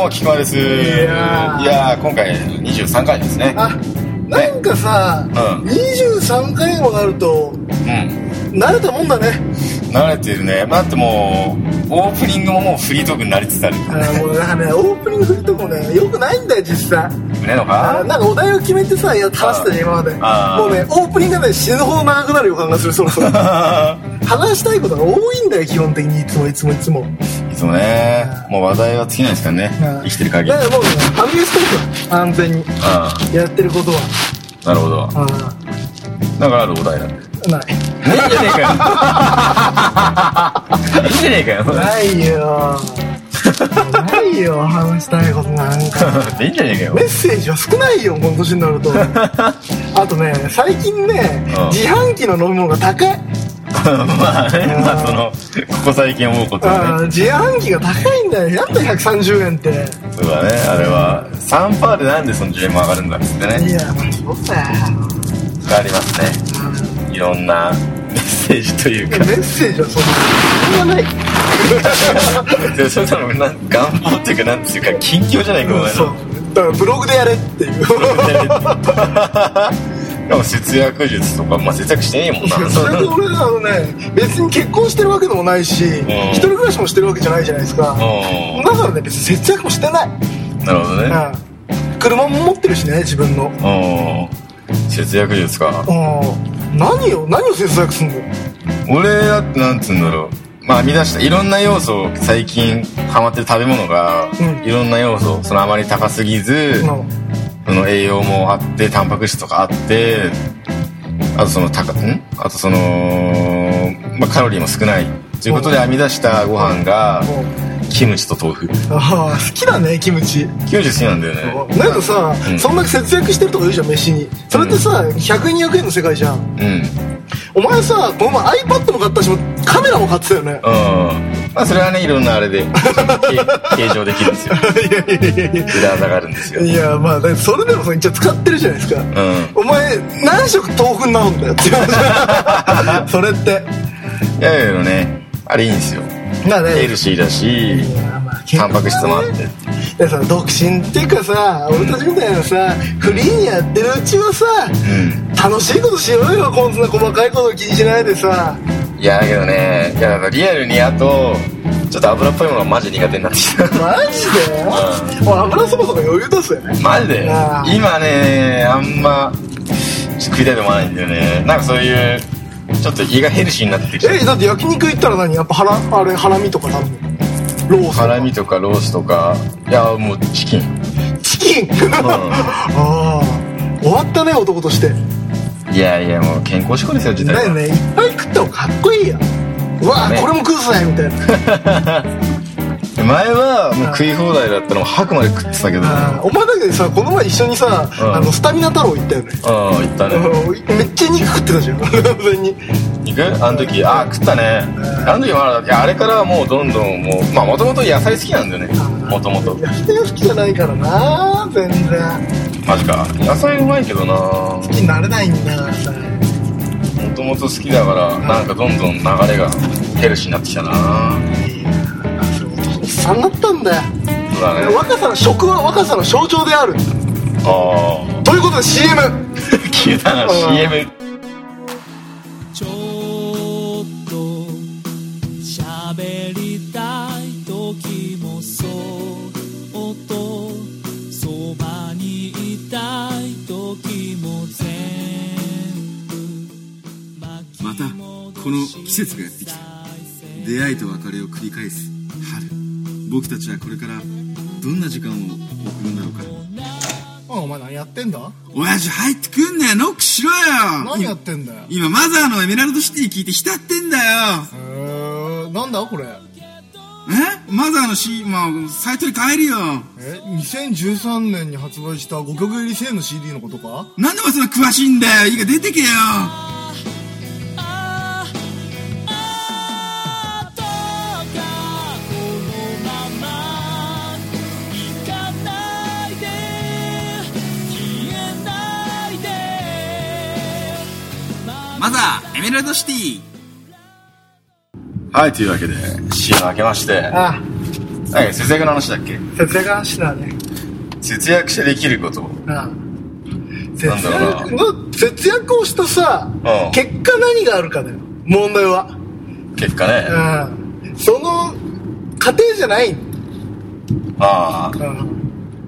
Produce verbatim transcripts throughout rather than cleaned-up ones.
も菊間です。いやー、いやー今回にじゅうさんかいですね。 あ、なんかさ、ね、うん、にじゅうさんかいもなると、うん、慣れたもんだね。 慣れてるね。だってもうオープニングももうフリートークになりつつある。 あもうなんかね、オープニングフリートークもね、よくないんだよ実際。 ねのか。 なんかお題を決めてさ、やって話してた今まで。もうね、オープニングがね、死ぬほど長くなる予感がする、そろそろ。話したいことが多いんだよ、基本的に。いつもいつもいつも。 いつもね、もう話題は尽きないですからね、生きてる限り。 だからもうね、アミュースト安全にやってることは。 なるほど。なんかあるお題だ。 ない。 ないんじゃねえかよ。いいんじゃねえかよ。 ないよ。ないよ、話したいことなんか。 いいんじゃねえかよ。 メッセージは少ないよ、この年になると。あとね、最近ね、自販機の飲み物が高い。 まあね、まあそのここ最近思うことはね、 自販機が高いんだよ。やっぱひゃくさんじゅうえんって。 そうだね、あれは さんパーセント でなんでそのじゅうえんも上がるんだっつってね。 いや、まあそうだよ。 ありますね、いろんなメッセージというか。 メッセージはそんなない。 でそれ多分なん願望っていうか、なんていうか近況じゃないか、お前の。 そうだからブログでやれっていう。ブログでやれでも節約術とか、まあ、節約してねえもんな。 それで俺あのね、別に結婚してるわけでもないし、うん、一人暮らしもしてるわけじゃないじゃないですか、うん、だからね、別に節約もしてない。 なるほどね、 うん、車も持ってるしね、自分の。 うん、節約術か。 うん、何を何を節約すんの。 俺だってなんつうんだろう、まあ、編み出したいろんな要素、最近ハマってる食べ物が、うん、いろんな要素、そのあまり高すぎず、うん、その栄養もあって、タンパク質とかあって、あとその高んあとその、まあ、カロリーも少ないということで編み出したご飯がキムチと豆腐。 ああ、好きだね、キムチ。 キムチ好きなんだよね。 なんかさ、うん、そんな節約してるとか言うじゃん、飯に。それってさ、うん、ひゃくえんにひゃくえんの世界じゃん。うん。お前さ、この前 iPad も買ったし、カメラも買ってたよね。うん。 まあそれはね、いろんなあれで計上できるんですよ。いやいやいやいや、裏技があるんですよ。 いや、まあそれでもさ、一応使ってるじゃないですか。うん。お前何食豆腐になるんだよって話。それって。 いやいやね、あれいいんですよ。ヘルシーだし、タンパク質もあって。 でさ、独身っていうかさ、俺たちみたいなさ、フリーにやってるうちはさ、うん、楽しいことしようよ、こんな細かいこと気にしないでさ。 いやだけどね、いやリアルにあとちょっと油っぽいものがマジ苦手になってきた。 マジで？うん、俺油そばとか余裕だぜ。 マジで？今ね、あんま食いたいと思わないんだよね。なんかそういうちょっと胃がヘルシーになってきて。 え、だって焼肉行ったら何？やっぱハラあれハラミとかなるの？ロースハラミとかロースとか、いやもうチキン。 チキン。うん、ああ、終わったね、男として。 いやいや、もう健康志向ですよ、時代は。 だよね、いっぱい食った方がかっこいいや。うわ、ね、これも食うぜみたいな。 前はもう食い放題だったのを吐くまで食ってたけど、 お前だけでさ、この前一緒にさ、うん、あのスタミナ太郎行ったよね。 ああ、行ったね。 めっちゃ肉食ってたじゃん。完全に肉？あの時、ああ食ったね。あの時は、いやあれからもうどんどんもう、まあもともと野菜好きなんだよね、もともと。 野菜好きじゃないからな、全然。 マジか。野菜うまいけどな、 好きになれないんだよ、野菜。 もともと好きだから、なんかどんどん流れがヘルシーになってきたな。 おっさんだったんだよ。 そうだね。 若さの食は若さの象徴である。ああ。ということで シーエム。 消えたな、シーエム。 ちょっと喋りたい時もそっとそばにいたい時も全部。 またこの季節がやってきた。出会いと別れを繰り返す春。僕たちはこれからどんな時間を送るんだろうか。 あ、お前何やってんだ？ 親父入ってくんなよ、ノックしろよ。 何やってんだよ。 今マザーのエメラルドシティ聞いて浸ってんだよ。 へー、なんだこれ。 え？マザーの C、まあ、サイトに変えるよ。 え、にせんじゅうさんねんに発売したごきょく入り正の シーディー のことか？ なんでお前そんな詳しいんだよ。いいか出てけよ。マザーエメラルドシティ。 はい、というわけで シーエム 明けまして、 ああはい節約の話だっけ。 節約の話だね。 節約してできること。 ああ節約の節約をしたさ、うん、結果何があるかだよ問題は。 結果ね、 うん、その過程じゃない。 ああ、うん、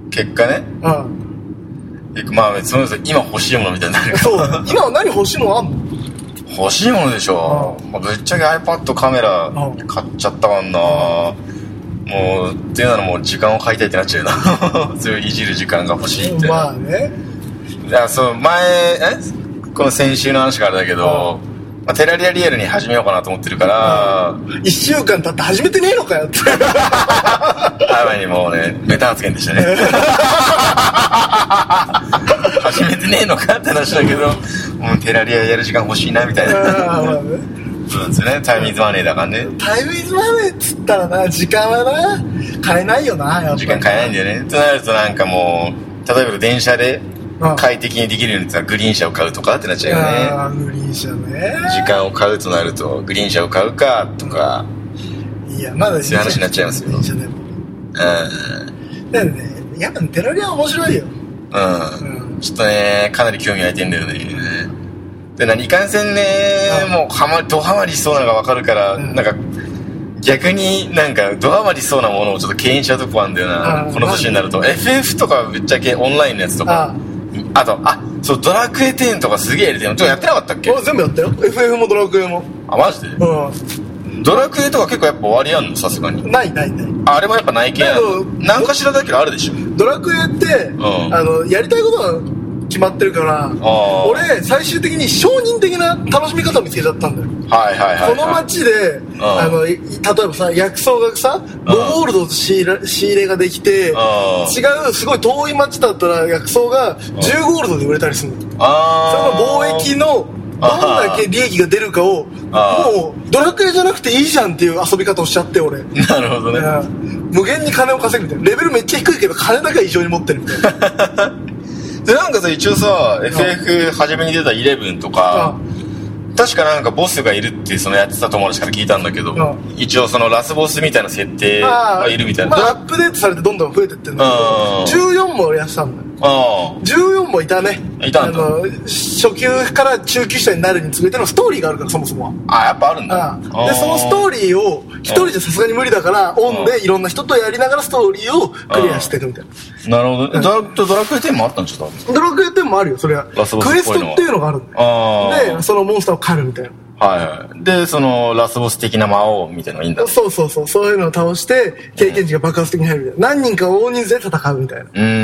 結果ね。うん、まあその今欲しいものみたいになる。 そう今は何欲しいものあんの。 欲しいものでしょ、うん、まあ、ぶっちゃけ iPad カメラ買っちゃったかんな、うん、もうっていうのはもう時間を買いたいってなっちゃうなそういういじる時間が欲しいってまあね。 いやそう前えこの先週の話からだけど、うんまあ、テラリアリアルに始めようかなと思ってるから、うん、いっしゅうかん経って始めてねえのかよってあまりにもうねメタ発言でしたね始めてねえのかって話だけどもうテラリアやる時間欲しいなみたいなそうなんですよね。タイムイズマネーだからね。タイムイズマネーっつったらな時間はな買えないよな。やっぱ時間買えないんだよね。となるとなんかもう例えば電車で快適にできるようになったらグリーン車を買うとかってなっちゃうよね。あグリーン車ね。時間を買うとなるとグリーン車を買うかとか、いやまだそういう話になっちゃいますよ。グリーン車でもうんだよね。やっぱテラリアは面白いよ。うん、うん、ちょっとねかなり興味湧いてんだよね。で何いかんせんね、うん、もうはまドハマりしそうなのが分かるから、うん、なんか逆になんかドハマりしそうなものをちょっと敬遠しちゃうとこあるんだよな、うん、この年になると エフエフ とかぶっちゃけオンラインのやつとか、うん、あとあそうドラクエテンとかすげえやりたいのちょっとやってなかったっけ。全部やったよ エフエフ もドラクエも。あマジで。うんドラクエとか結構やっぱ終わりあんのさすがに。ないないない。あれもやっぱ内見何かしらだけどあるでしょ。ドラクエって、うん、あのやりたいことは決まってるから俺最終的に商人的な楽しみ方を見つけちゃったんだよ。はいはいはい、はい、この街で、うん、あの例えばさ薬草がさごゴールド仕入れ、仕入れができて違うすごい遠い街だったら薬草がじゅうゴールドで売れたりするの。あその貿易のどんだけ利益が出るかをもうドラクエじゃなくていいじゃんっていう遊び方をしちゃって俺。なるほどね。無限に金を稼ぐみたいな。レベルめっちゃ低いけど金だけは異常に持ってるみたいなでなんかさ一応さ エフエフ 初めに出たイレブンとか確かなんかボスがいるってそのやってた友達から聞いたんだけど一応そのラスボスみたいな設定がいるみたいな、まあ、アップデートされてどんどん増えてってんだけどじゅうよんもやってたんだよ。あじゅうよんもいたね。いたんだ。あの初級から中級者になるにつれてのストーリーがあるからそもそもは。あやっぱあるんだ。でそのストーリーを一人じゃさすがに無理だからオンでいろんな人とやりながらストーリーをクリアしていくみたいな。なるほど。ドラ、ドラクエテンもあったんでしょ多分。ドラクエテンもあるよそれは。クエストっていうのがあるんだよ。でそのモンスターを狩るみたいな。はいはい。でそのラスボス的な魔王みたいなのがいいんだ。そうそうそうそういうのを倒して経験値が爆発的に入るみたいな。何人か大人数で戦うみたいな。うん。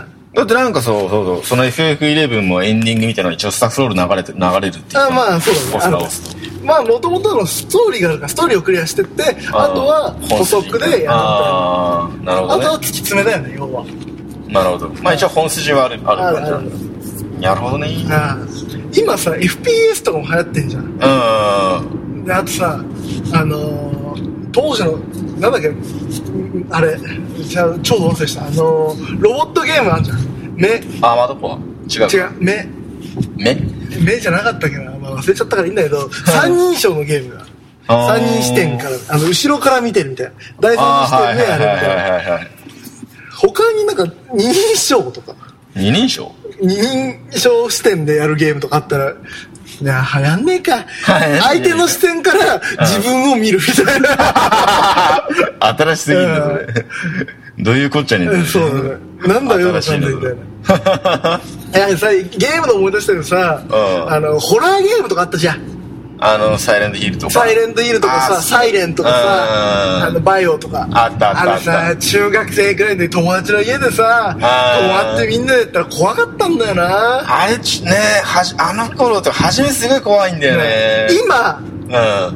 だってなんかそうそうそうその エフエフイレブン もエンディングみたいなの一応スタッフロール流れて流れるっていう。あまあそうだね。まあもともとのストーリーがあるからストーリーをクリアしてってあとは補足でやるみたいな。ああなるほどね。あとは突き詰めだよね要は。なるほど。まあ一応本筋はあるある感じなんだ。なるほどね。今さ エフピーエス とかも流行ってんじゃん。うんであとさあのー、当時のなんだっけあれじゃあ超忘れしたあのー、ロボットゲームあんじゃん目あまどこは違う違う目目目じゃなかったっけな、まあ、忘れちゃったからいいんだけど三人称のゲームが三人視点からあの後ろから見てるみたいな第三視点でやるみたいな。他になんか二人称とか二人称二人称視点でやるゲームとかあったらいや流行んねえか相手の視点から自分を見るみたいな新しすぎるんだそれどういうこっちゃねえんだそうだねなんだよなんだみたいないやさゲームの思い出したけどさあのホラーゲームとかあったじゃん。あのサイレントヒルとかサイレントヒルとかさサイレンとかさあのバイオとかあったあったあったあれさ中学生くらいで友達の家でさこうやってみんなでやったら怖かったんだよなあれちねはじあの頃って初めすごい怖いんだよね、うん、今、うん、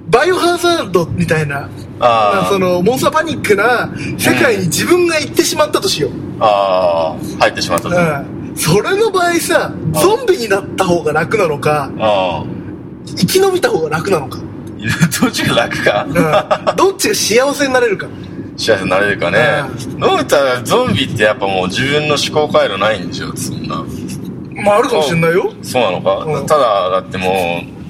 バイオハザードみたいなあそのモンスターパニックな世界に自分が行ってしまったとしよう、うん、ああ入ってしまったと、うん、それの場合さゾンビになった方が楽なのかあ生き延びた方が楽なのかどっちが楽か、うん、どっちが幸せになれるか幸せになれるかね。のび太はゾンビってやっぱもう自分の思考回路ないんでしょそんな。まああるかもしれないよ。そうなのか、うん、ただだってもう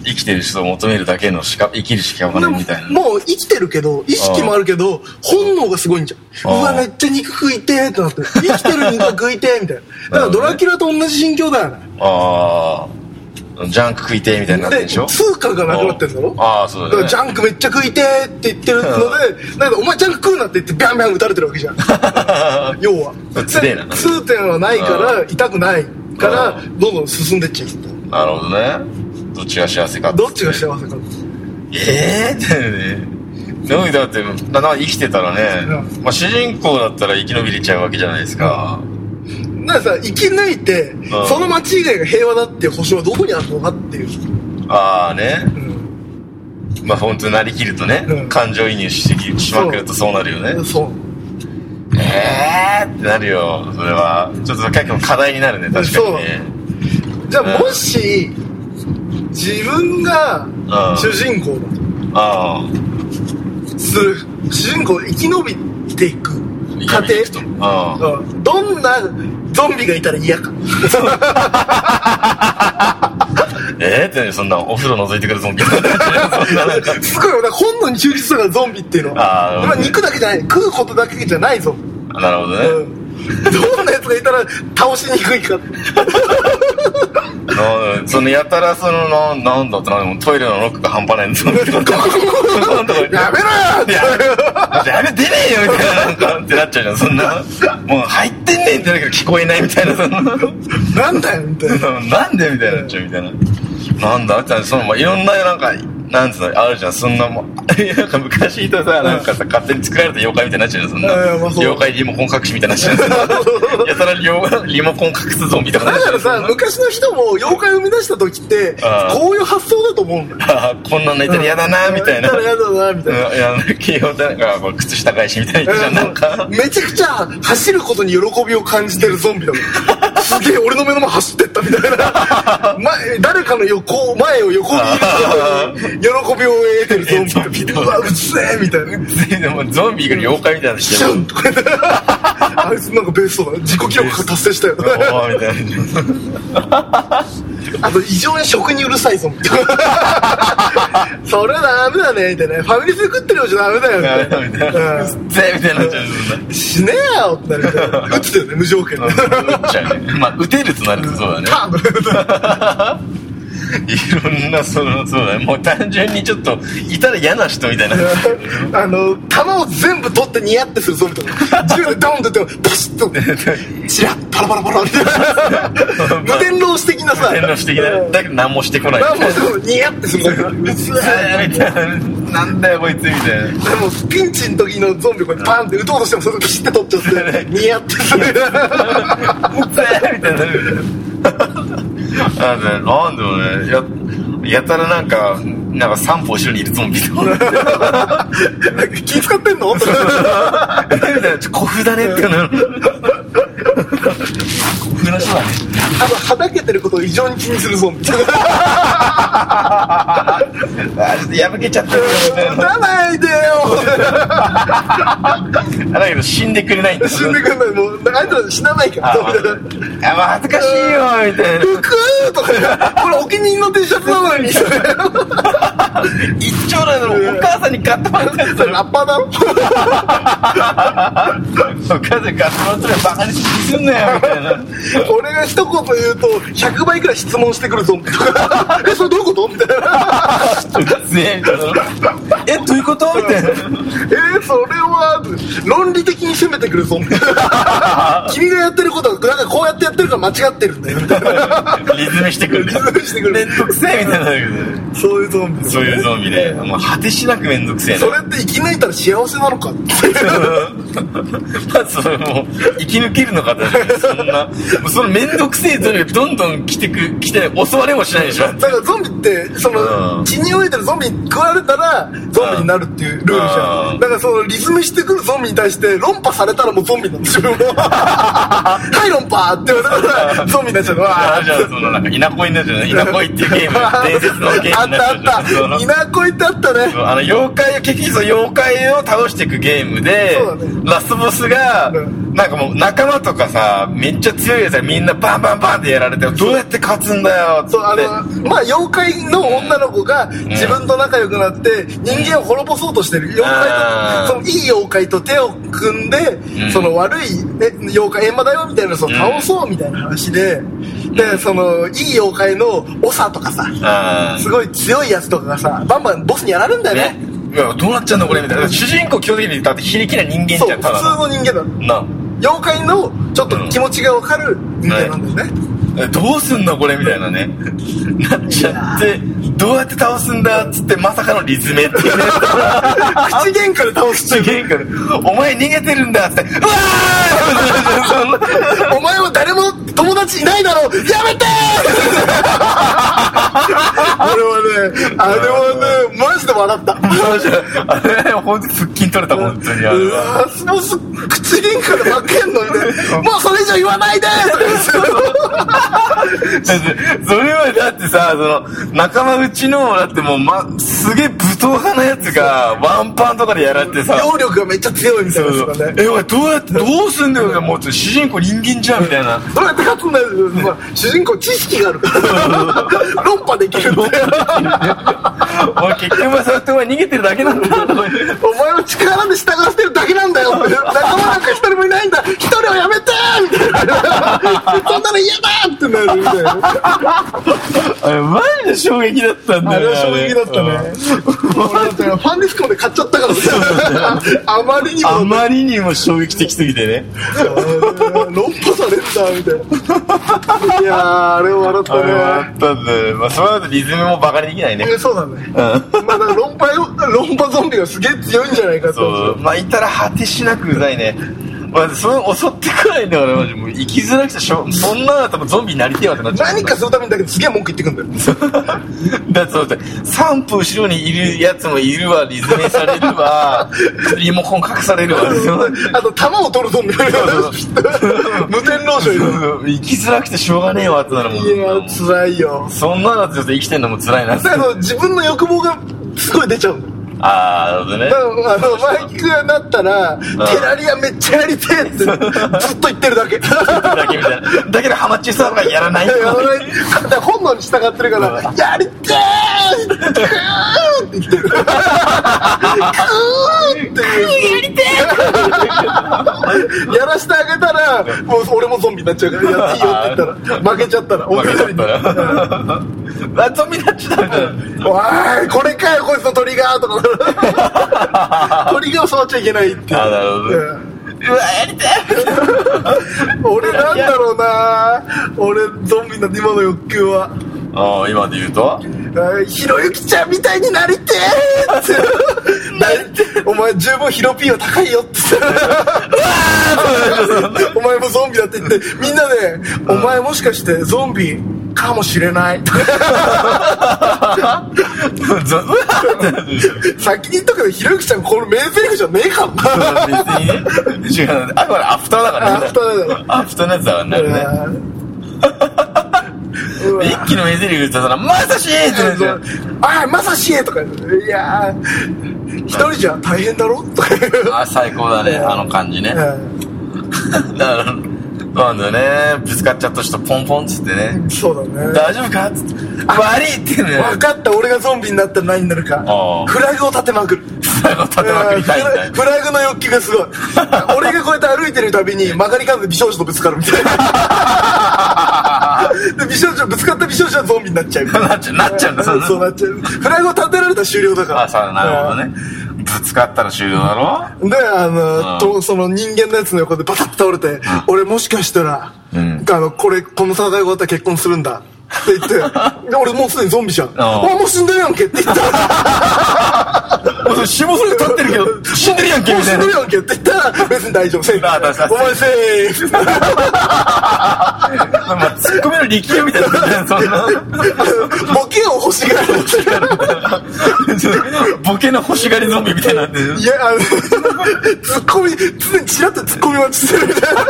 生きてる人を求めるだけのしか生きるしかないみたいな。 もう生きてるけど意識もあるけど本能がすごいんじゃん。うわめっちゃ肉食いてーってなって生きてる肉食いてーみたいな。だからドラキュラと同じ心境だよね。 ああジャンク食いてーみたいになってるでしょ。 通貨がなくなってんだろ。 ああそうだね。 だからジャンクめっちゃ食いてーって言ってるのでなんかお前ジャンク食うなって言ってビャンビャン打たれてるわけじゃん要はつれえな。 痛点はないから痛くないからどんどん進んでっちゃう。 なるほどね。どっちが幸せか。 どっちが幸せか。 ええー、ってね。でもだってだから生きてたらね、うんまあ、主人公だったら生き延びれちゃうわけじゃないですか。 なんかさ生き抜いて、うん、その街以外が平和だっていう保証はどこにあるのかっていう。 ああね。 うん、 まあ本当になりきるとね、うん、感情移入ししまくるとそうなるよね。 そう。 えーってなるよ。それはちょっと結構課題になるね確かにね。 じゃあもし、うん、自分が主人公だと、あする主人公生き延びていく過程、ああどんなゾンビがいたら嫌かえーってそんなお風呂覗いてくるゾンビそんななんかすごいよな本能に忠実だからゾンビっていうのは。あ、まあ、肉だけじゃない食うことだけじゃないぞ。 なるほどね、うん、 どんなやつがいたら倒しにくいかそのやたらそのななんだってなトイレのロックが半端ないんですよやめろよやめ出ねえよみたいななんかってなっちゃうじゃん。そんなもう入ってんねんってだけど聞こえないみたいなそのなんだよみたいななんでみたいになっちゃうみたいななんだってその、まあ、いろんななんかなんつうのあるじゃん。そんなもんなんか昔とさなんかさ勝手に作られた妖怪みたいになっちゃうじゃん。そんな、えーまあ、妖怪リモコン隠しみたいになっちゃうやたらリモコン隠すゾンビとかだからさ昔の人も妖怪を生み出した時ってこういう発想だと思うんだよこんなん泣いたら嫌だなみたいな嫌だなみたいな。 いやなんかこれ靴下返しみたいなじゃん。なんかめちゃくちゃ走ることに喜びを感じてるゾンビだもんすげえ俺の目の前走ってったみたいな前誰かの横前を横切る喜びを得てるゾンビうわうっせえみたいなでもゾンビが妖怪みたいなしてるあいつなんかベストだ自己記録が達成したよみたいなあと異常に食にうるさいゾンビそれはダメだねみたいなファミレスで食ってるようじゃダメだよみたいなうっせえみたいになっちゃう死ねえよってなるみたいな撃つよね無条件で撃っちゃうねまあ撃てるとなるとそうだねいろんなそのそうだねもう単純にちょっといたら嫌な人みたいなあの弾を全部取ってニヤってするゾンビとか銃でドンってってパシッとチラッパラパラパラみたいな無電浪士的なさ無電浪士的なだけど何もしてこない何もしてこないニヤってするうっせーみたいななんだよこいつみたいな。でもピンチの時のゾンビこうパンって撃とうとしてもそれピシッて取っちゃってニヤってするうっせーみたいななんでなんでもねややたらなんかなんか三歩後ろにいるゾンビと気使ってんのみたいな古風だねっていうの古風な人だね。 あとはだけてることを異常に気にするゾンビあちょっと破けちゃったよ撃たないでよだけど死んでくれないんだ死んでくれないもうあいつら死なないからああまあ恥ずかしいよみたいな服とかこれお気に入りの T シャツなのに一丁羅のお母さんに買ってもらったやつラッパーだろお母さんに買ってもらったらバカにすんなよみたいな俺が一言言うとひゃくばいくらい質問してくるゾンビとかえそれどういうことみたいなえどういうことみたいなえそれは論理的に攻めてくるゾンビ君がやってることはなんかこうやってやってるから間違ってるんだよみたいなリズムしてくるリズムしてくるめんどくせえみたいなそういうゾンビ、ね、 そういうゾンビでもう果てしなくめんどくせえなそれって生き抜いたら幸せなのかまずそれもう生き抜けるのかってそんなそのめんどくせえゾンビがどんどん来てく来て襲われもしないでしょ。 だからゾンビってその、うん、血に飢えてるゾンビに食われたらゾンビになるっていうルールじゃん。だからそのリズムしてくるゾンビに対して論破されたらもうゾンビなんですよはい論破って言われたらゾンビになっちゃう。 わあじゃあそのなんか稲恋になっちゃう稲恋っていうゲーム伝説のゲームになっちゃう。 あったあった稲恋ってあったね。 あの妖怪結局その妖怪を倒していくゲームで、ね、ラスボスが、うんなんかもう仲間とかさ、めっちゃ強いやつはみんなバンバンバンってやられて、どうやって勝つんだよって。 そう、あの、まあ妖怪の女の子が自分と仲良くなって人間を滅ぼそうとしてる。妖怪と、そのいい妖怪と手を組んで、その悪い、ね、妖怪、閻魔だよみたいなのを倒そうみたいな話で、で、その、いい妖怪の長とかさ、すごい強いやつとかがさ、バンバンボスにやられるんだよね。 いや、どうなっちゃうんだこれみたいな。主人公基本的にだって非力な人間じゃん。 そう、普通の人間だ。 な妖怪のちょっと気持ちがわかる人間なんだよね。 ね、どうすんのこれみたいなね。なっちゃって、どうやって倒すんだっつってまさかのリズメっていうね。 口喧嘩で倒す。 口喧嘩で。お前逃げてるんだっつって、うわーお前は誰も友達いないだろうやめてーあれはね、あれはね、マジで笑った。 あれね、ほんと腹筋取れた、本当にあれは。 うわー、もう口喧嘩で負けんのにね、もうそれ以上言わないでーそれはだってさ、その仲間内のだってもう、ま、すげえ武闘派なやつがワンパンとかでやられてさ、 能力がめっちゃ強いみたいなやつがね。 え、おいどうやってどうすんだよ、もう主人公人間じゃんみたいな。 どうやって勝つんだよ、まあ、主人公知識があるから論破できるんだよ。 お前結局はそうやってお前逃げてるだけなんだよ。 お前の力で従わせてるだけなんだよ。仲間なんか一人もいないんだ。一人はやめてーみたいな。そんなの嫌だーってなるみたいな。 あれマジで衝撃だったんだよね。 あれは衝撃だったね。俺だってファンディスコで買っちゃったからね。あまりにもあまりにも衝撃的すぎてね。 論破されんだみたいな。いやー、あれは笑ったね。 あれは笑ったんだよね。まあその後リズムもバカにできないね。 そうだね。まあだから論破よ、論破ゾンビがすげえ強いんじゃないかと。 そう。まあいたら果てしなくうざいね。まあ、それ襲ってくないんだからマジもう生きづらくてしょ、そんなの多分ゾンビになりてえわってなっちゃう。 何かするためにだけどすげえ文句言ってくんだよ。 だってそうだってさんぷ後ろにいるやつもいるわ、リズメされるわ、リモコン隠されるわ。 あと弾を取るゾンビ。無天老者いる。 生きづらくてしょうがねえわってなるもん。 いや辛いよ。 そんなのちょっと生きてんのも辛いな。 だけど自分の欲望がすごい出ちゃうんだよ。 ああ、なるほどね。 あのマイクがなったらテラリアめっちゃやりてえってずっと言ってるだけ。 だけみたいな。だけどハマっちさんがやらない。 やらない。本能に従ってるからやりてーって言ってる。クーってやりてー。やらしてあげたらもう俺もゾンビになっちゃうからやっていいよって言ったら負けちゃったら負けちゃったら。あ、ゾンビになっちゃったみたいな。 おいこれかよこいつのトリガーとか。トリガーを触っちゃいけないっていう。 あ、なるほどね。うわ、やりたい。 俺なんだろうな。俺ゾンビの今の欲求は。 ああ、今で言うとひろゆきちゃんみたいになりてーってなりてお前十分ヒロピーは高いよってお前もゾンビだって言ってみんなで、お前もしかしてゾンビかもしれない先に言っとくけどひろゆきちゃんこの名台詞じゃねえかも別にね違う、あ、これアフターだからね。 アフターだからアフターのやつだからね。一気の名台詞言ってたら、まさしーって言うんですよ。 ああ、まさしーとか言う。いやー、一人じゃ大変だろとか言う。 あ、最高だね、あの感じね。だから今度ね、ぶつかっちゃった人ポンポンっつってね。 そうだね。 大丈夫かっつって。悪いってね。 分かった、俺がゾンビになったら何になるか。フラグを立てまくる。 フラグを立てまくりたいんだよ。 フラグの欲求がすごい。俺がこうやって歩いてるたびに曲がり角で美少女とぶつかるみたいな。で美少女ぶつかった美少女はゾンビになっちゃう。 なっちゃう、なっちゃうんだ。 そうなっちゃう。フラグを立てられたら終了だから。 あ、そう、なるほどね。ぶつかったら終了だろ。 で、あの、とその人間のやつの横でバタッと倒れて、俺もしかしたら、あの、これ、この戦い終わったら結婚するんだ。って言って、で俺もうすでにゾンビじゃん。あ、もう死んでるやんけって言ったら。 死亡する立ってるけど、死んでるやんけみたいな。 死んでるやんけって言ったら、別に大丈夫、セーフ。お前セーフ。 まあ、ツッコミの力みたいな、そんな。 ボケを欲しがる。 ボケの欲しがりゾンビみたいになってる。 いや、あの、ツッコミ、常にチラッとツッコミ待ちしてるみたいな。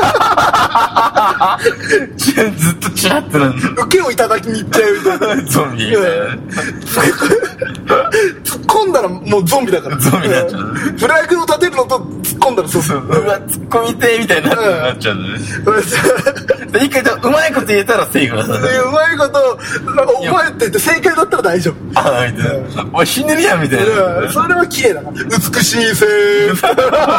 ずっとチラッとなんだ。 受けをいただきに行っちゃうみたいな。 ゾンビみたいな。 ツッ込んだらもうゾンビだから。 ゾンビになっちゃう。 フラグを立てるのと突っ込んだらそうそう。 うわ、突っ込みてーみたいになっちゃうんだね。一回うまいこと言えたらセーフなんだね。 うまいこと、お前って言って正解だったら大丈夫。 ああ、みたいな。おい、死んでるやん、みたいな。 それは綺麗だから。美しいセーフ。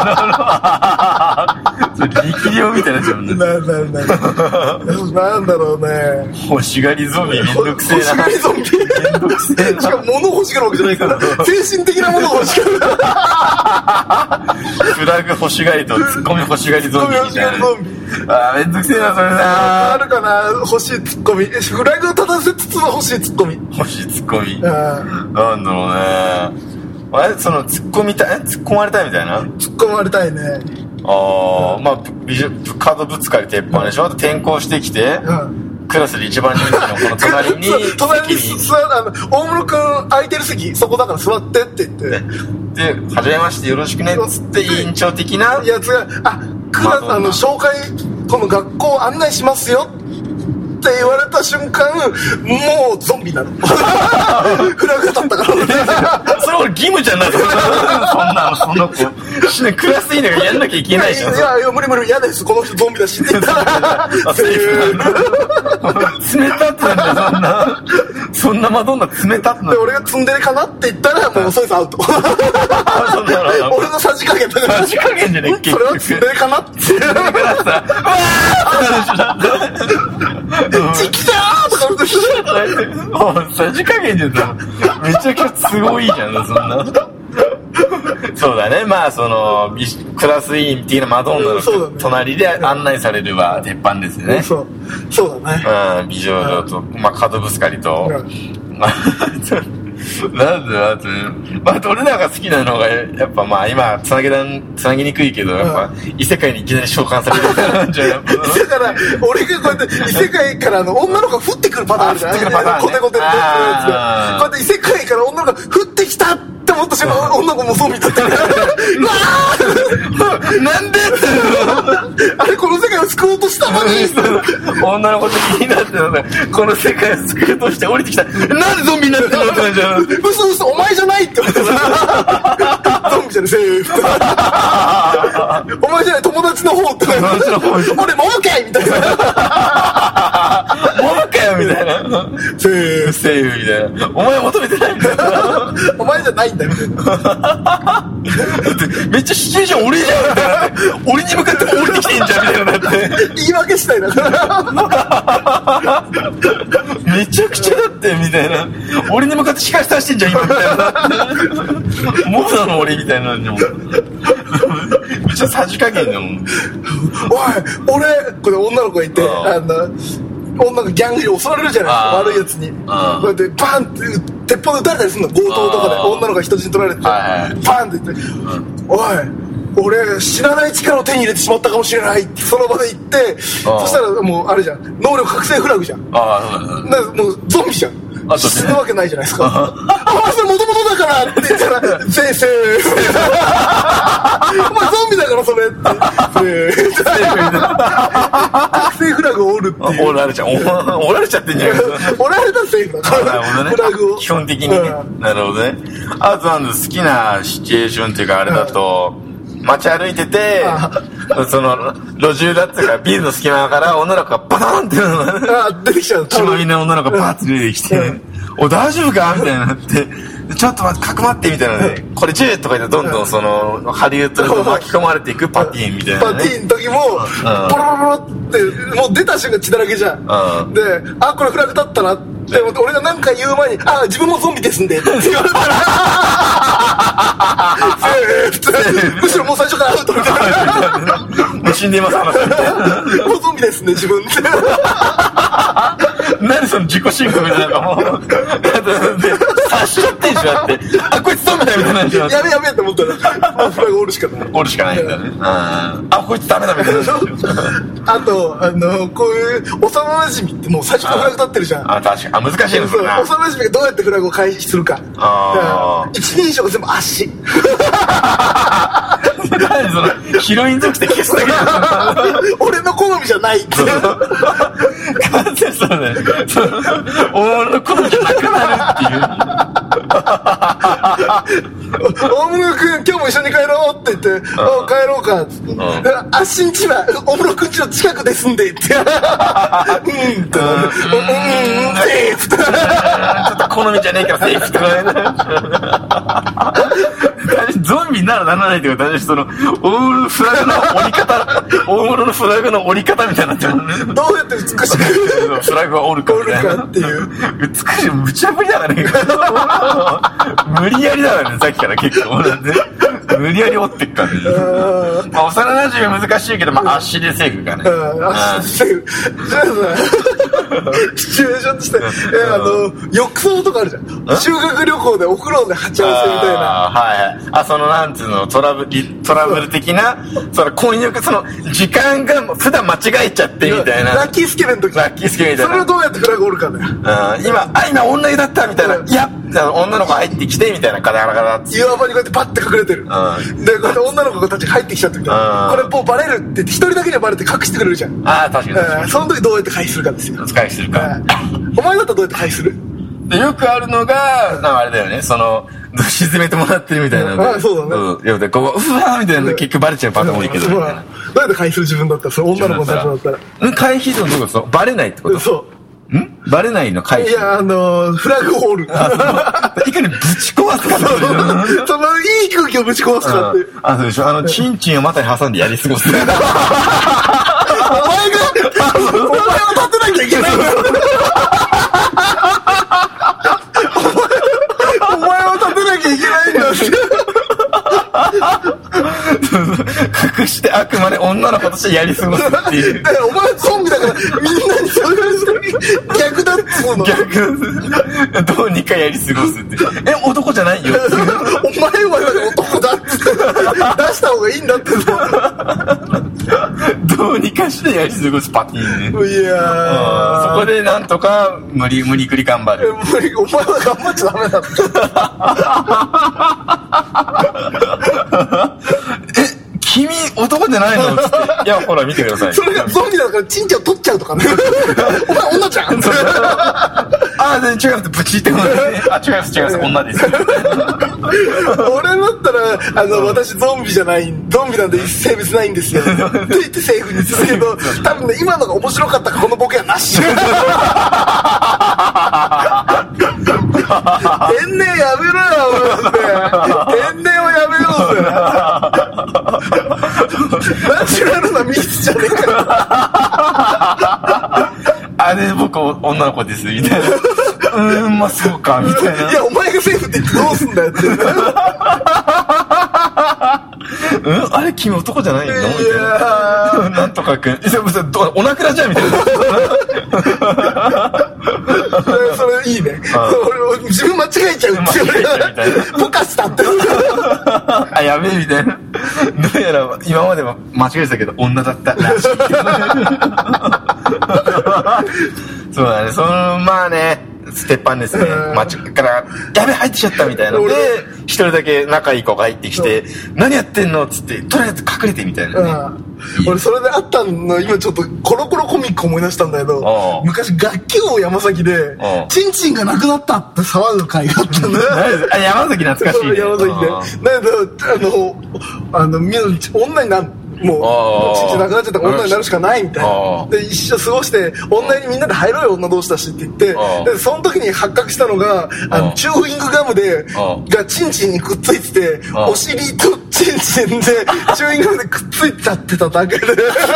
それ力量みたいになっちゃうんだよ。 な、な、な。なんだろうね。 欲しがりゾンビめんどくせえな。 欲しがりゾンビ。めんどくせえな。しかも物を欲しがるわけじゃないから。精神的なものを欲しがる。 フラグ欲しがりとツッコミ欲しがりゾンビみたいな。あーめんどくせえな、それな。 あるかな、欲しいツッコミ。フラグを立たせつつは欲しいツッコミ。 欲しいツッコミ。なんだろうね。あれ、その突っ込みたい、突っ込まれたいみたいな。 突っ込まれたいね。 ああ、まあカードぶつかり鉄板でしょ。あと転校してきて、うん、クラスで一番人気のこの隣に隣に座る、あの大室君空いてる席そこだから座ってって言って、 で「はじめましてよろしくね」っつって委員長的なやつが「あクラスあの紹介この学校案内しますよ」って言われた瞬間もうゾンビなの。フラグが立ったからそれ俺義務じゃないそんなのそんな子クラス委員がやんなきゃいけないじゃん。 いやいや無理無理嫌ですこの人ゾンビだしって言ったら冷たってなんだよそんなそんなマドンナ冷たってなんだよ。 俺がツンデレかなって言ったらもうそいつアウト。俺のさじ加減だからさじ加減じゃねえそれはツンデレかなって言ったらさチキだーとか思ってさじ加減じゃさめちゃくちゃすごいじゃんそんな。そうだね。まあそのクラス委員的なマドンナの隣で案内されるは鉄板ですよね。 そうそうだね。 うん、美女女とまあ角ぶつかりとなんであとまあ俺らが好きなのがやっぱまあ今つなげらんつなぎにくいけどやっぱ異世界にいきなり召喚されるみたいなんじゃだから俺がこうやって異世界からの女の子が降ってくるパターンあるじゃん。コテコテのやつがこうやって異世界から女の子が降ってきたって思った瞬間女の子もそう見たってうわーなんであれこの世界を救おうとしたのに女の子的になってこの世界を救おうとして降りてきたなんでゾンビになってんのってなっちゃう。 嘘嘘お前じゃないって言われたらゾンビじゃねセーフお前じゃない友達の方って俺モモかいみたいなモモかよみたいなセーフセーフみたいなお前求めてないみたいなお前じゃないんだみたいなめっちゃシチュエーション俺じゃんみたいな俺に向かって降りてきてんじゃんみたいなって言い訳したいなめちゃくちゃだってみたいな俺に向かって仕返し出してんじゃん今みたいなもうなの俺みたいなめっちゃさじ加減だもん。 おい俺これ女の子がいてあの女の子ギャングに襲われるじゃないですか悪いやつにこうやってバンって鉄砲で撃たれたりするの強盗とかで女の子が人質取られてバンって言っておい俺知らない力を手に入れてしまったかもしれないってその場で言ってそしたらもうあれじゃん能力覚醒フラグじゃんあだからもうゾンビじゃん死ぬわけないじゃないですかあお前それもともとだからって言ったらセーセーお前ゾンビだからそれってセー覚醒フラグを折るっていう折られちゃう折られちゃってんじゃないですか折られたセーフだからフラグを基本的にねなるほどね。あとなんだ好きなシチュエーションっていうかあれだと街歩いててその路地裏っていうかビルの隙間から女の子がバターンってあ出てきちゃう血まみれの女の子がバーッと出てきてお大丈夫かみたいになってちょっと待ってかくまってみたいなねこれじゅうとか言ってどんどんそのハリウッドに巻き込まれていくパティーンみたいなパティーンの時もポロポロってもう出た瞬間血だらけじゃんであこれフラグ立ったなって思って俺が何か言う前にあ自分もゾンビですんでって言われたらむしろもう最初からアウトみたいなもう死んでいます話みたいなもうゾンビですね自分って何その自己申告みたいなもう察しちゃってんじゃんってあこいつゾンビだみたいなやべやべって思ったらフラグ折るしかない折るしかないんだねあこいつダメだみたいなあとあのこういう幼馴染ってもう最初からフラグ立ってるじゃんあ確かにあ難しいのそれな幼馴染がどうやってフラグを開始するかあ一人称が全部足何そのヒロイン属性消すだけ俺の好みじゃないって完全そうだね俺の好みじゃなくなるっていう大室君今日も一緒に帰ろうって言って、お帰ろうかっつって、あっしんちは大室君ちの近くですんでってうんってうんうんセーフとかちょっと好みじゃねえからセーフとかゾンビにならならないってことは、その大室フラグの折り方大室のフラグの折り方みたいになってるもんね。 どうやって美しくフラグは折るかみたいな。 折るかっていう美しい、無茶ぶりだからね。無理やりだからね、さっきから結構。無理やり折ってっからね。まあ、幼馴染は難しいけど、まあ、足でセーフかね。 足でセーフ。じゃあさ、シチュエーションとして、え、あの、浴槽とかあるじゃん。修学旅行でお風呂で鉢合わせみたいな。 はい。あ、その、なんつうの、トラブル、トラブル的な、その、婚約、その、時間が普段間違えちゃってみたいな。 ラッキースケベの時。 ラッキースケベみたいな。 それをどうやってフラグ折るかだよ。 今、あ、今女湯だったみたいな。いや、女の子入ってきてみたいな、ガタガタガタって。 岩場にこうやってパッて隠れてる。で、こうやって女の子たち入ってきちゃったみたいな。これもうバレるって言って、一人だけにはバレて隠してくれるじゃん。 ああ、確かに。 その時どうやって回避するかですよ。 回避するか。 お前だったらどうやって回避する？ でよくあるのが、なんかあれだよね、その、沈めてもらってるみたいなので。 ああ、そうだね。 うん。よで、ここ、うわーみたいな結局バレちゃうパターン多いけど。 どうやって回避する自分だったら、それ女の子の立場だったら。 回避するのどういうこと？バレないってこと？ そう。 んバレないの回避？ いや、あの、フラグを折る。 いかにぶち壊すか。 その、いい空気をぶち壊すかって。 あ、そうでしょ。あの、チンチンを股に挟んでやり過ごす。お前が、 お前を立てなきゃいけないんだよ。お前を立てなきゃいけないんだって。 隠してあくまで女の子としてやり過ごすっていう。 お前ゾンビだからみんなにそれを逆だっつうの。 逆。どうにかやり過ごすって。え、男じゃないよ。 お前は男だって出した方がいいんだって。 どうにかしてやり過ごすパティーンね。 いやー。 そこでなんとか無理、無理くり頑張る。 無理、お前は頑張っちゃダメだって。 え、君男じゃないのつって。いや、ほら見てください。 それがゾンビだからチンチンを取っちゃうとかね。お前女じゃん。 あ、全然違うってブチって思って。あ、違います違います。女です。 俺だったら、あの、私ゾンビじゃない、ゾンビなんで性別ないんですよ。って言ってセーフにするけど、多分ね、今のが面白かったかこのボケはなし。天然やめろよ、天然をやめろぜ。ナチュラルなミスじゃねえか。 あれ僕女の子ですみたいな。うーん、まあそうかみたいな。 いや、お前がセーフって言ってどうすんだよって。 うん、あれ君男じゃないのみたいな。なんとかくん、おなくらじゃんみたいな。 それいいね。俺自分間違えちゃうっていう。ポカしたって。 あ、やべえみたいな。どうやら今までは間違えてたけど女だったらしい。そうだね。そのまあね。ステッパンですね。街からやべ入ってきちゃったみたいなので、一人だけ仲いい子が入ってきて、何やってんのっつってとりあえず隠れてみたいなね。 俺それであったの今ちょっとコロコロコミック思い出したんだけど、昔学級王山崎でチンチンがなくなったって騒ぐ会があったんだよ。 あ、山崎懐かしいね。 山崎で。だけどあのあの女になる。もう、チンチンなくなっちゃったら女になるしかないみたいな。で、一緒過ごして、女にみんなで入ろうよ、女同士だしって言って、で、その時に発覚したのが、あの、チューイングガムで、がチンチンにくっついてて、お尻とチンチンで、チューイングガムでくっついちゃってただけで、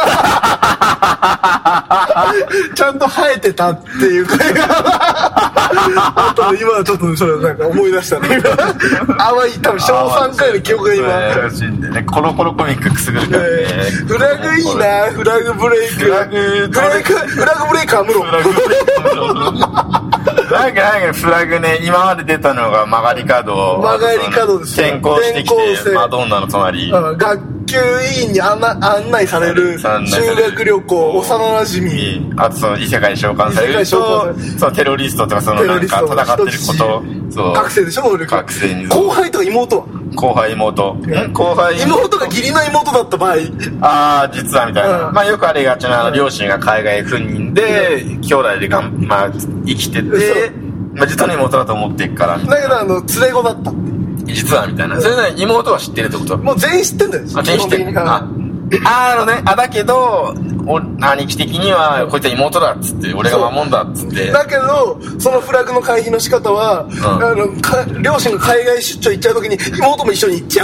ちゃんと生えてたっていう会が、あと今はちょっとそれなんか思い出したね。淡い、多分小さんかいの記憶が今。 コロコロコミックくすぐるからね。 フラグいいな、フラグブレイク。フラグ、フラグ、フラグブレイカー無論。フラグブレイカー無論。 なんかなんかフラグね、今まで出たのが曲がり角。 曲がり角ですよ。転校してきて、マドンナの隣。 学級委員に案内される、修学旅行、幼馴染。 あとその異世界召喚されると、そのテロリストとかそのなんか戦ってること。 学生でしょ、能力。 学生に。 後輩とか妹は後輩妹。後輩妹が義理の妹だった場合。 ああ、実はみたいな。まあよくありがちな、両親が海外赴任で、兄弟でがん、まあ生きてて、 まあ、実の妹だと思ってっからみたいな。 だけどあの連れ子だったって実はみたいな。それで、ね、妹は知ってるってこと？ もう全員知ってんだよ。 あ、全員知ってる。あ、あのね、あ、だけど、お兄貴的には、こいつは妹だっつって、俺が守んだっつって。 だけど、そのフラグの回避の仕方は、うん、あのか両親が海外出張行っちゃうときに、妹も一緒に行っちゃう。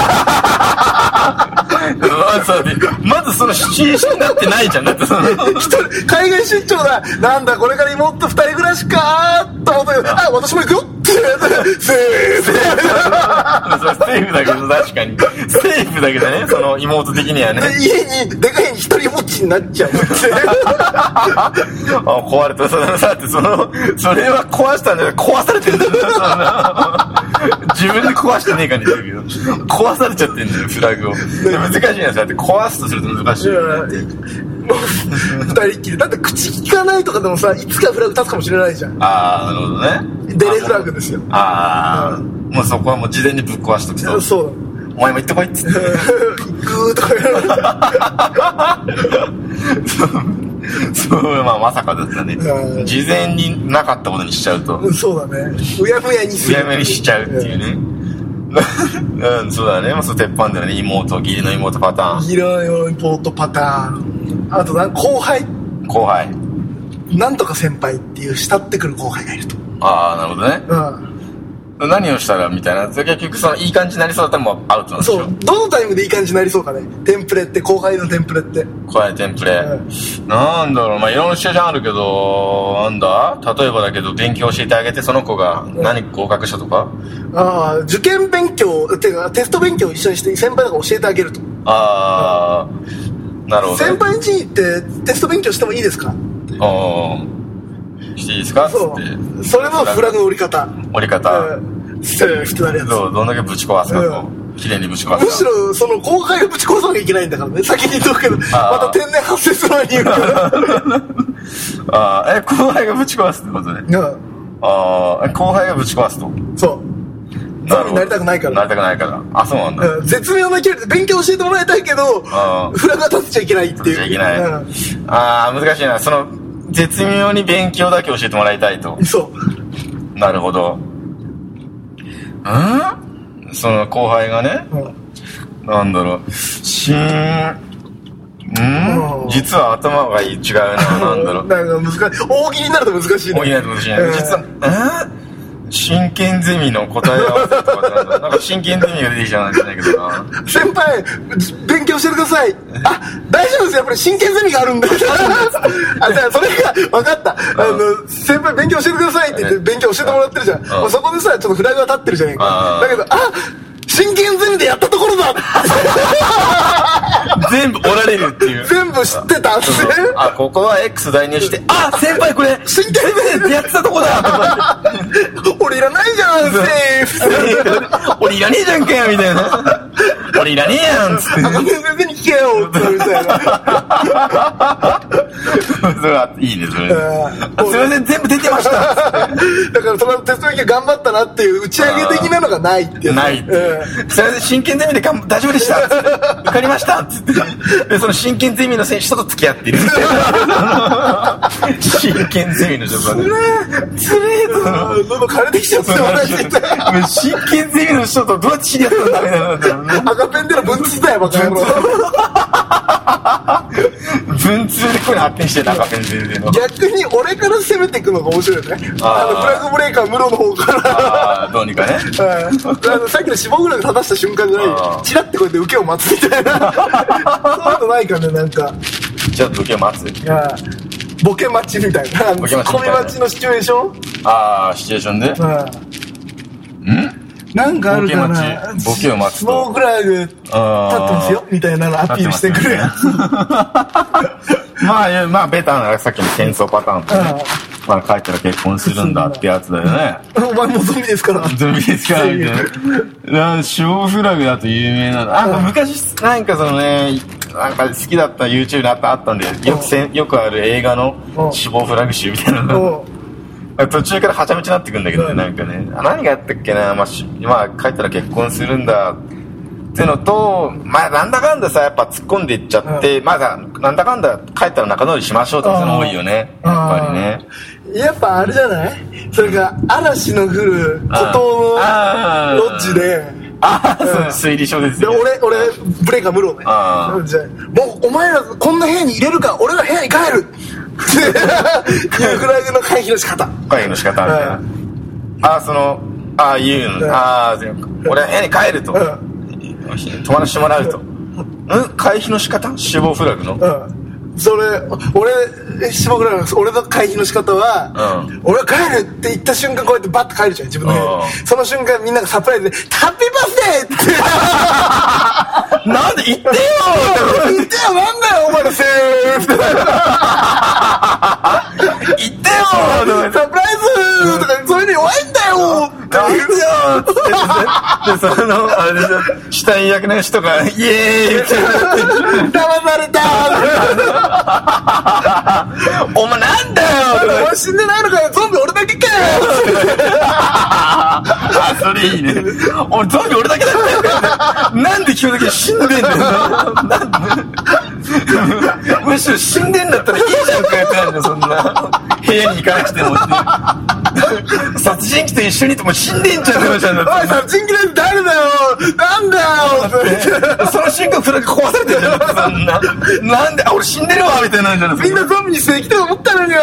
まずそのシチュエーションになってないじゃん。だってその一人海外出張だ、なんだこれから妹二人暮らしかーと思ったけど、あ、私も行くよってセーフセーフだけど、確かにセーフだけどね、その妹的にはね。 家にでかいに一人ぼっちになっちゃうってあ、壊れた。それだってそのそれは壊したんだよ。壊されてるんだよ。自分で壊してねえかに言うけど、壊されちゃってんだよ、フラグを。難しいんですよ。だって壊すとすると難しいよね。 もう二人っきりだって口聞かないとかでもさ、いつかフラグ立つかもしれないじゃん。 ああ、なるほどね。 デレフラグですよ。 ああ、うん、もうそこはもう事前にぶっ壊しとくと。 そうだ。 お前も行ってこいっつって。 行くとか言う。 そう、まあまさかだったね。事前になかったことにしちゃうと。 そうだね。うやむやにする。うやむやにしちゃうっていうね。うん、そうだね。まあ、そう鉄板だよね。妹、義理の妹パターン。 義理の妹パターン。あとな、後輩。 後輩。 なんとか先輩っていう慕ってくる後輩がいると。 ああ、なるほどね。うん。何をしたらみたいな。結局そのいい感じになりそうだったらもうアウトなんでしょ。 そう。どのタイムでいい感じになりそうかね。テンプレって、後輩のテンプレって。 後輩のテンプレ。うん、なんだろう。まあいろんなシチュエーションあるけど、なんだ例えばだけど勉強教えてあげて、その子が何合格したとか、 うん、ああ、受験勉強、っていうかテスト勉強を一緒にして先輩が教えてあげると。 ああ、うん、なるほど、ね。 先輩ん家に行ってテスト勉強してもいいですか？ ああ。していいですか？ そう。それのフラグの折り方。 折り方。 うん、セーフってなるやつ。 どう、どんだけぶち壊すかと。うん、綺麗にぶち壊すか。 むしろ、その後輩をぶち壊さなきゃいけないんだからね。先に言っとくけど、また天然発生する前に言うから。 ああ、え、後輩がぶち壊すってことね。うん。ああ、後輩がぶち壊すと。 そう。ゾンビになりたくないから。 なりたくないから。あ、そうなんだ。 うん、絶妙な距離で勉強教えてもらいたいけど、フラグは立てちゃいけないっていう。立てちゃいけない。うん、 ああ、難しいな。その、絶妙に勉強だけ教えてもらいたいと。 そう。 なるほど。うんその後輩がね、うん、なんだろう、しーん、うん実は頭が違うな、なんだろう。 なんか難しい。大喜利になると難しいね。 大喜利になると難しいね。実は、うん真剣ゼミの答え合わせとかなんだなんか真剣ゼミが出てきちゃうんじゃないけどな。 先輩、勉強してください。あ、大丈夫ですよ。やっぱり真剣ゼミがあるんで。あ、じゃあそれが分かった。あの、先輩勉強してくださいって言って勉強教えてもらってるじゃん。もうそこでさ、ちょっとフラグが立ってるじゃないか。だけど、あ、真剣ゼミでやったところだ全部折られるっていう。 全部知ってたって。 あ、ここは X 代入して、あ、先輩これ真剣ゼミでやってたとこだとか俺いらないじゃん、セーフ俺いらねえじゃんかよみたいな。俺いらねえやんっつって。 赤ペン先生に聞けよってみたいな。 それはいいね、それ。すいません、全部出てました。だからそのテスト勉強頑張ったなっていう打ち上げ的なのがないっていう。 ないって。すいません、真剣ゼミで大丈夫でした受かりましたっつって。で、その真剣ゼミの選手と付き合ってる。真剣ゼミの人がね。 つれえと。喉枯れてきちゃったよ、 真剣ゼミの人とどうやって知り合ったんだみたいな。 赤ペンでの文通だよ、バカ野郎。 文通でこれ発展してた、赤ペンでの。 逆に俺から攻めていくのが面白いよね。あの、フラグブレーカー室の方から。 ああ、どうにかね。 あの、さっきの死亡フラグ正した瞬間じゃない。チラってこうやって受けを待つみたいな。そういうのないかね、なんか。 ちょっと受けを待つ。 ボケ待ちみたいな。ボケ待ち。コミ待ちのシチュエーション。 ああ、シチュエーションで。うんなんかあるかな。 ボケを待つと。 スモークフラグ立ってますよみたいなのアピールしてくるやつ。 まあ、まあ、ベタなさっきの戦争パターンとね。まあ、帰ったら結婚するんだってやつだよね。 お前もゾンビですから。 ゾンビですから、みたいな。死亡フラグだと有名なの。なんか昔、なんかそのね、なんか好きだった YouTube にあったあったんで、よくせよくある映画の死亡フラグ集みたいなの。途中からはちゃめちゃなってくんだけどね、なんかね。何があったっけな、まあ、まあ、帰ったら結婚するんだ。っていうのと、まあ、なんだかんださ、やっぱ突っ込んでいっちゃって、うん、まあ、なんだかんだ帰ったら仲直りしましょうってことが多いよね。やっぱりね。 やっぱあれじゃない？それが嵐の降る孤島のロッジで、 ああ、そう推理書ですよ。 で俺俺ブレイカームロね。じゃもうお前らこんな部屋に入れるか、俺は部屋に帰るっていうフラグの回避の仕方。 回避の仕方みたいな。ああそのああ言うの。ああ俺は部屋に帰ると。泊まらせてもらうと。うん回避の仕方？死亡フラグの。 それ俺死亡フラグ俺の回避の仕方は、うん、俺は帰るって言った瞬間こうやってバッと帰るじゃん自分で、うん、その瞬間みんながサプライズでハッピーバースデーってなんで言ってよ言ってよなんだよお前のセーフ言ってよサプライズとかそういうの弱いんだよ言ってよってでそのあれで死体役の人がイエーイって騙されたお前なんだよお前死んでないのかよゾンビ俺だけかよあそれいいね俺ゾンビ俺だけだったよなんで今日だけ死んでんだよなんでむしろ死んでんだったらいいじゃんかよってなんだよそんな部屋に行かなくてもって殺人鬼と一緒にいても死んでんじゃんってじゃんだっておい殺人鬼なんて誰だよなんだよその瞬間フラグ壊されてるじゃんそんななんであ俺死んでるわみたいなんじゃないみんなゾンビにしてきて思ったのによ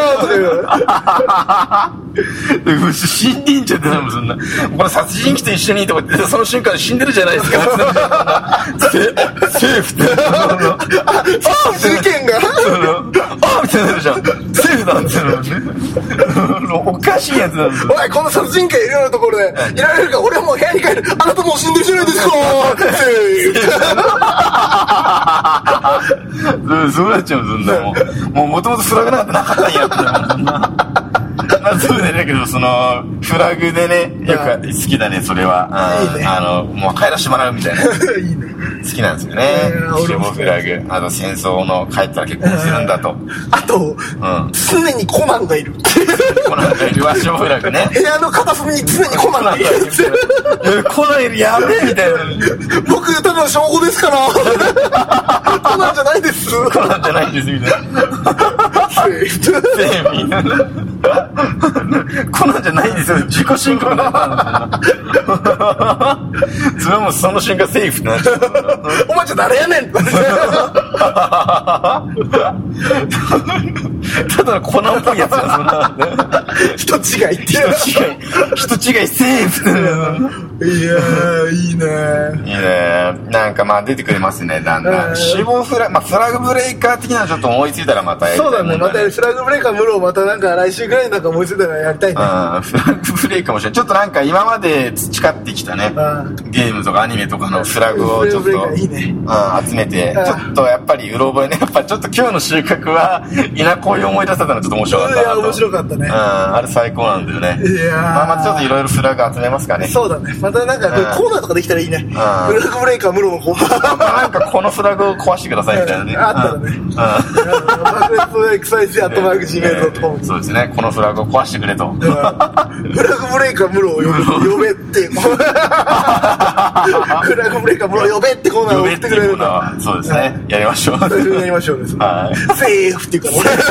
と死んでんじゃんってなるもんそんなこれ殺人鬼と一緒にいてもその瞬間死んでるじゃないですかセーフってあ事件があみたいになるじゃんセーフだってなるねおかしいやつなんですよおいこの殺人鬼いるようなところでいられるか俺はもう部屋に帰るあなたもう死んでるじゃないですかそうなっちゃうそんなもうもうもともとフラグなんてなかったんやってそんなまあそうだけどそのフラグでねよく好きだねそれはいいねあのもう帰らせてもらうみたいないいね好きなんですよね死亡フラグあと戦争の帰ったら結婚するんだとあと、うん、常にコナンがいるコナンがいるわ死亡フラグね部屋の片隅に常にコナンがいるコナンいるやべえみたいな僕ただの証拠ですからコナンじゃないですコナンじゃないんですみたいなセーフみたいなコナンじゃないんですよ自己申告だったんですよそれはもうその瞬間セーフってなっちゃうお前じゃ誰やねんただのコナンっぽいやつやそんな人違いって人違い人違いセーフいやーいいねいいねなんかまあ出てくれますねだんだん死亡フラグまあフラグブレイカー的なのちょっと思いついたらまたやりたいそうだねまたフラグブレイカームロをまたなんか来週ぐらいなんか思いついたらやりたいねうんフラグブレイカーもしれないちょっとなんか今まで培ってきたねゲームとかアニメとかのフラグをちょっといいねうん集めてちょっとやっぱりうろ覚えねやっぱちょっと今日の収穫は稲こういう思い出せたのちょっと面白かったなといや面白かったねうんあれ最高なんだよねいやまあまたちょっといろいろフラグ集めますかねそうだねまたなんかコーナーとかできたらいいねフラグブレイカームロのコーナーなんかこのフラグを壊してくださいみたいなねあったらねマグネットエクサイズアットマーク ジーメールドットコムそうですねこのフラグを壊してくれとフラグブレイカームロを呼べってフラグブレイカームロを呼べってコーナーを送ってくれるんだそうですねやりましょうやりましょうですセーフっていうか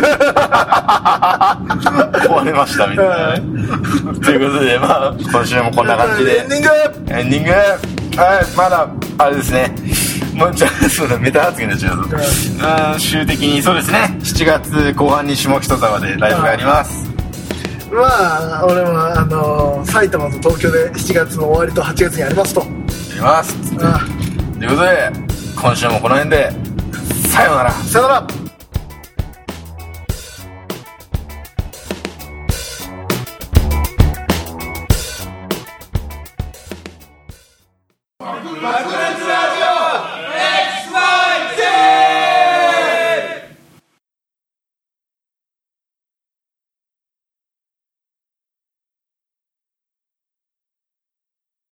壊れましたみたいなねということでまあ今週もこんな感じでエンディングエンディングはいまだあれですねもうじゃあそうだメタ発言になっちゃうぞうん週的にそうですねしちがつこう半に下北沢でライブがありますまあ俺はあの埼玉と東京でしちがつの終わりとはちがつにありますとやりますということで今週もこの辺でさようならさようなら